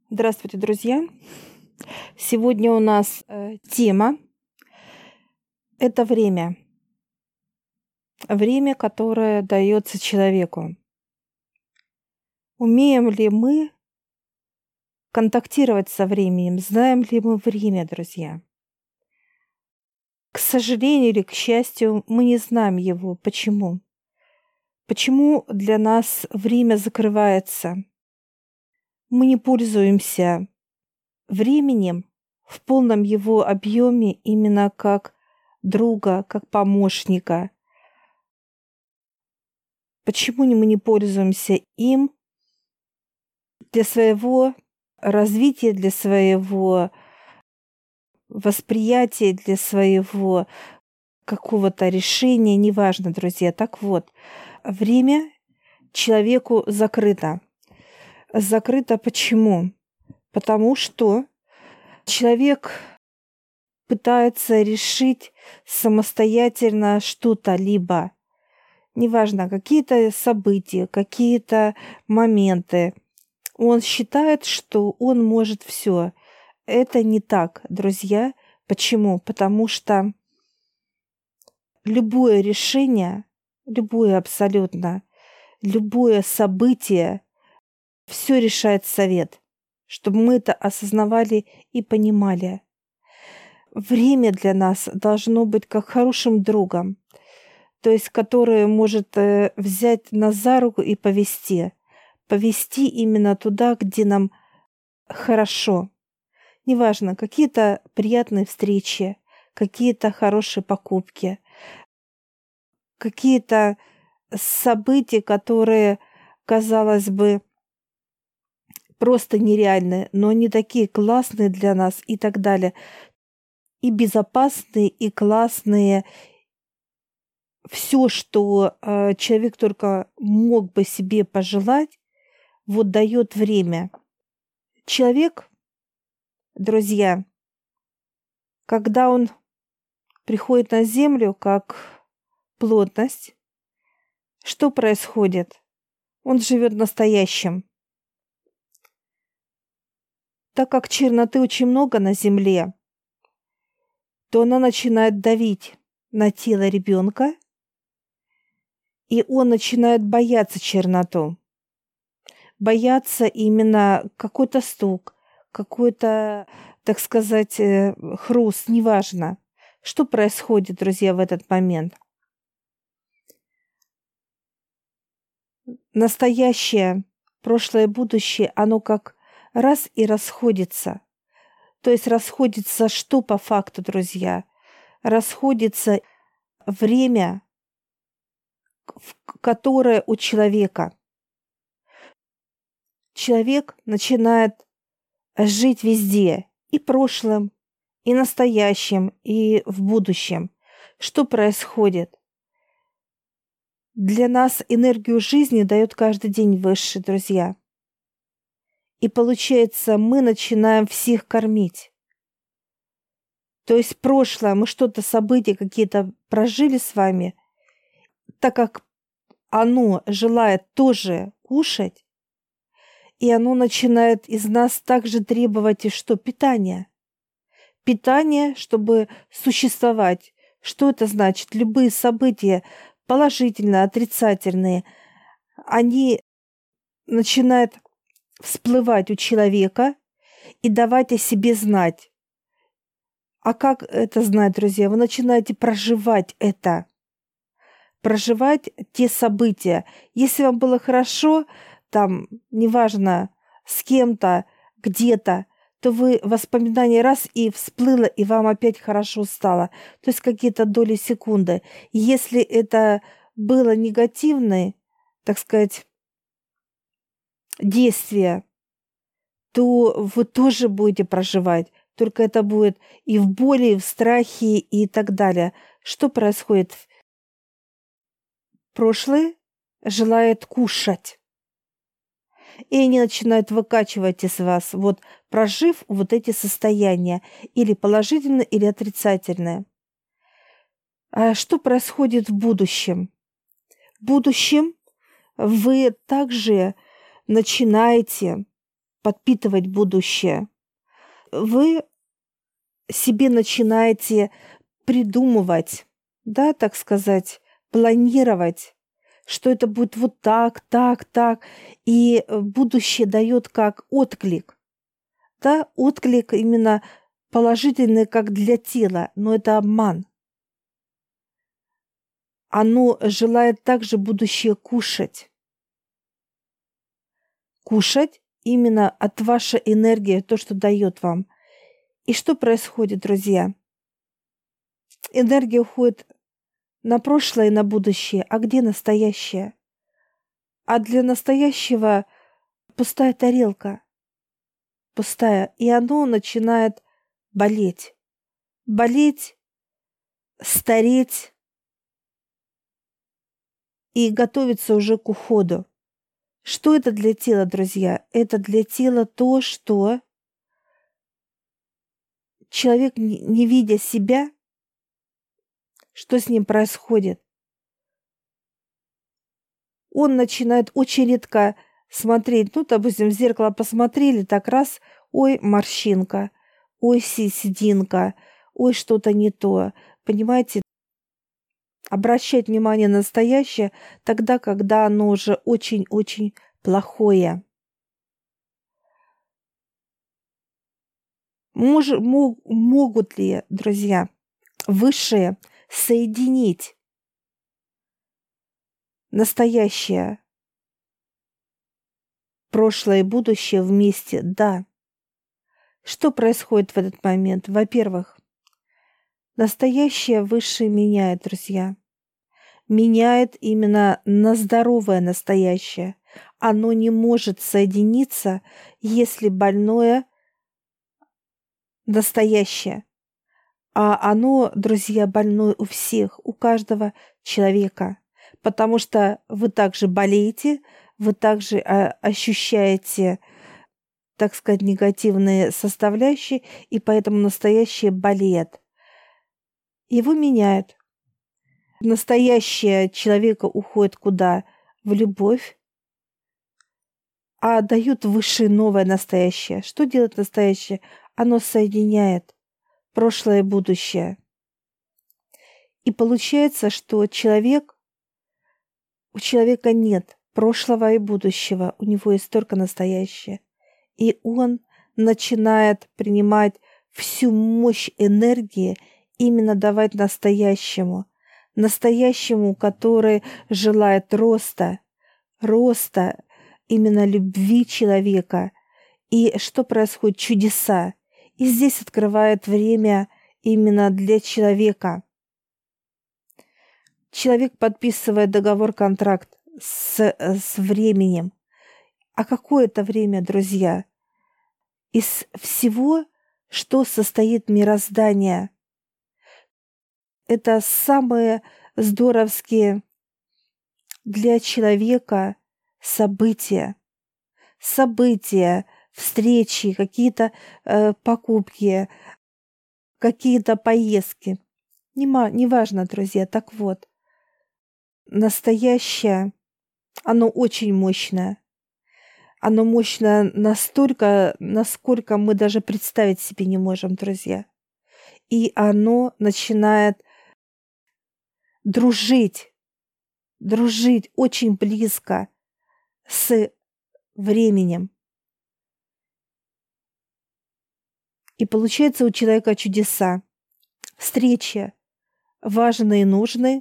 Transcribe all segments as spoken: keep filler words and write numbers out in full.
Здравствуйте, друзья! Сегодня у нас э, тема– это время. Время, которое дается человеку. Умеем ли мы контактировать со временем? Знаем ли мы время, друзья? К сожалению или к счастью, мы не знаем его. Почему? Почему для нас время закрывается? Мы не пользуемся временем в полном его объеме именно как друга, как помощника. Почему мы не пользуемся им для своего развития, для своего восприятия, для своего какого-то решения, неважно, друзья. Так вот, время человеку закрыто. Закрыто почему? Потому что человек пытается решить самостоятельно что-то, либо, неважно, какие-то события, какие-то моменты. Он считает, что он может все. Это не так, друзья. Почему? Потому что любое решение, любое абсолютно, любое событие, все решает совет, чтобы мы это осознавали и понимали. Время для нас должно быть как хорошим другом, то есть который может э, взять нас за руку и повести. Повести именно туда, где нам хорошо. Неважно, какие-то приятные встречи, какие-то хорошие покупки, какие-то события, которые, казалось бы, просто нереальные, но они такие классные для нас и так далее. И безопасные, и классные. Все, что э, человек только мог бы себе пожелать, вот дает время. Человек, друзья, когда он приходит на Землю как плотность, что происходит? Он живет настоящим. Так как черноты очень много на Земле, то она начинает давить на тело ребенка, и он начинает бояться черноту. Бояться именно какой-то стук, какой-то, так сказать, хруст, неважно. Что происходит, друзья, в этот момент? Настоящее, прошлое, будущее, оно как раз и расходится. То есть расходится что по факту, друзья? Расходится время, которое у человека. Человек начинает жить везде, и прошлым, и настоящим, и в будущем. Что происходит? Для нас энергию жизни дает каждый день Высший, друзья. И получается, мы начинаем всех кормить. То есть прошлое, мы что-то, события какие-то прожили с вами, так как оно желает тоже кушать, и оно начинает из нас также требовать и что? Питание. Питание, чтобы существовать. Что это значит? Любые события, положительные, отрицательные, они начинают всплывать у человека и давать о себе знать. А как это знать, друзья? Вы начинаете проживать это. Проживать те события. Если вам было хорошо, там, неважно, с кем-то, где-то, то вы воспоминания раз и всплыло, и вам опять хорошо стало. То есть какие-то доли секунды. Если это было негативное, так сказать, действие, то вы тоже будете проживать. Только это будет и в боли, и в страхе, и так далее. Что происходит? Прошлое желает кушать. И они начинают выкачивать из вас, вот прожив вот эти состояния, или положительные, или отрицательные. А что происходит в будущем? В будущем вы также начинаете подпитывать будущее. Вы себе начинаете придумывать, да, так сказать, планировать, что это будет вот так, так, так, и будущее дает как отклик, да, отклик именно положительный как для тела, но это обман. Оно желает также будущее кушать. Кушать именно от вашей энергии, то, что дает вам. И что происходит, друзья? Энергия уходит на прошлое и на будущее. А где настоящее? А для настоящего пустая тарелка. Пустая. И оно начинает болеть. Болеть, стареть и готовиться уже к уходу. Что это для тела, друзья? Это для тела то, что человек, не видя себя, что с ним происходит? Он начинает очень редко смотреть, ну, допустим, в зеркало посмотрели, так раз, ой, морщинка, ой, сединка, ой, что-то не то. Понимаете? Обращать внимание на настоящее тогда, когда оно уже очень-очень плохое. Мож, мог, могут ли, друзья, высшие соединить настоящее, прошлое и будущее вместе? Да. Что происходит в этот момент? Во-первых, настоящее высшее меняет, друзья. Меняет именно на здоровое настоящее. Оно не может соединиться, если больное настоящее. А оно, друзья, больное у всех, у каждого человека. Потому что вы также болеете, вы также а, ощущаете, так сказать, негативные составляющие, и поэтому настоящее болеет. Его меняют. Настоящее человека уходит куда? В любовь, а дают высшее новое настоящее. Что делает настоящее? Оно соединяет прошлое и будущее. И получается, что человек, у человека нет прошлого и будущего, у него есть только настоящее. И он начинает принимать всю мощь энергии, именно давать настоящему. Настоящему, который желает роста, роста, именно любви человека. И что происходит? Чудеса. И здесь открывает время именно для человека. Человек подписывает договор, контракт с, с временем. А какое это время, друзья? Из всего, что состоит мироздание, это самые здоровские для человека события. События, встречи, какие-то э, покупки, какие-то поездки. Неважно, друзья. Так вот, настоящее, оно очень мощное. Оно мощное настолько, насколько мы даже представить себе не можем, друзья. И оно начинает дружить, дружить очень близко с временем. И получается у человека чудеса. Встречи важные и нужные,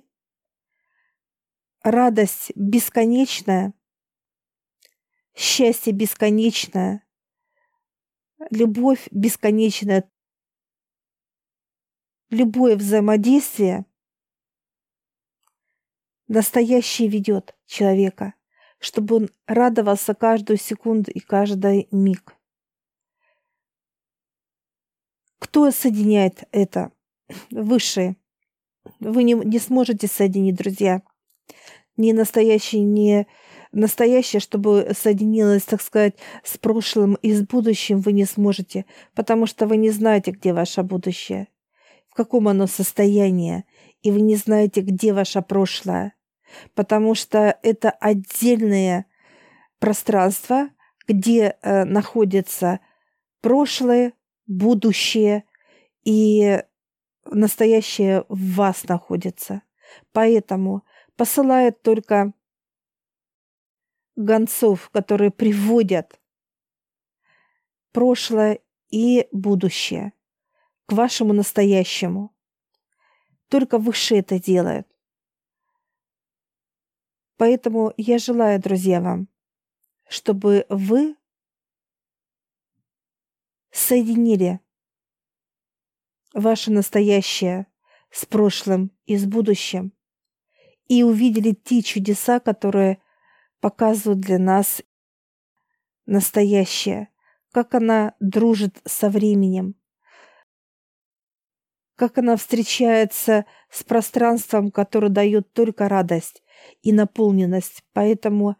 радость бесконечная, счастье бесконечное, любовь бесконечная, любое взаимодействие настоящее ведет человека, чтобы он радовался каждую секунду и каждый миг. Кто соединяет это? Высшие. Вы не, не сможете соединить, друзья. Не настоящее, не настоящее, чтобы соединилось, так сказать, с прошлым и с будущим, вы не сможете, потому что вы не знаете, где ваше будущее, в каком оно состоянии, и вы не знаете, где ваше прошлое, потому что это отдельное пространство, где э, находится прошлое, будущее и настоящее в вас находится. Поэтому посылает только гонцов, которые приводят прошлое и будущее к вашему настоящему. Только Высший это делает. Поэтому я желаю, друзья, вам, чтобы вы соединили ваше настоящее с прошлым и с будущим и увидели те чудеса, которые показывают для нас настоящее, как она дружит со временем, как она встречается с пространством, которое дает только радость и наполненность. Поэтому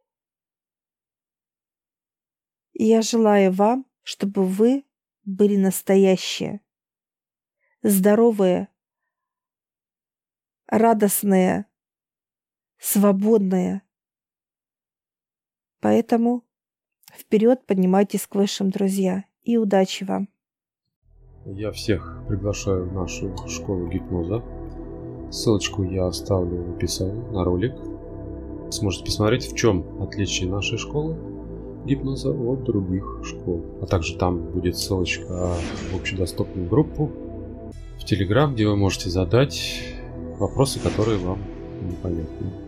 я желаю вам, чтобы вы были настоящие, здоровые, радостные, свободные. Поэтому вперед поднимайтесь к высшим, друзья, и удачи вам. Я всех приглашаю в нашу школу гипноза. Ссылочку я оставлю в описании на ролик. Сможете посмотреть, в чем отличие нашей школы гипноза от других школ. А также там будет ссылочка в общедоступную группу в Telegram, где вы можете задать вопросы, которые вам непонятны.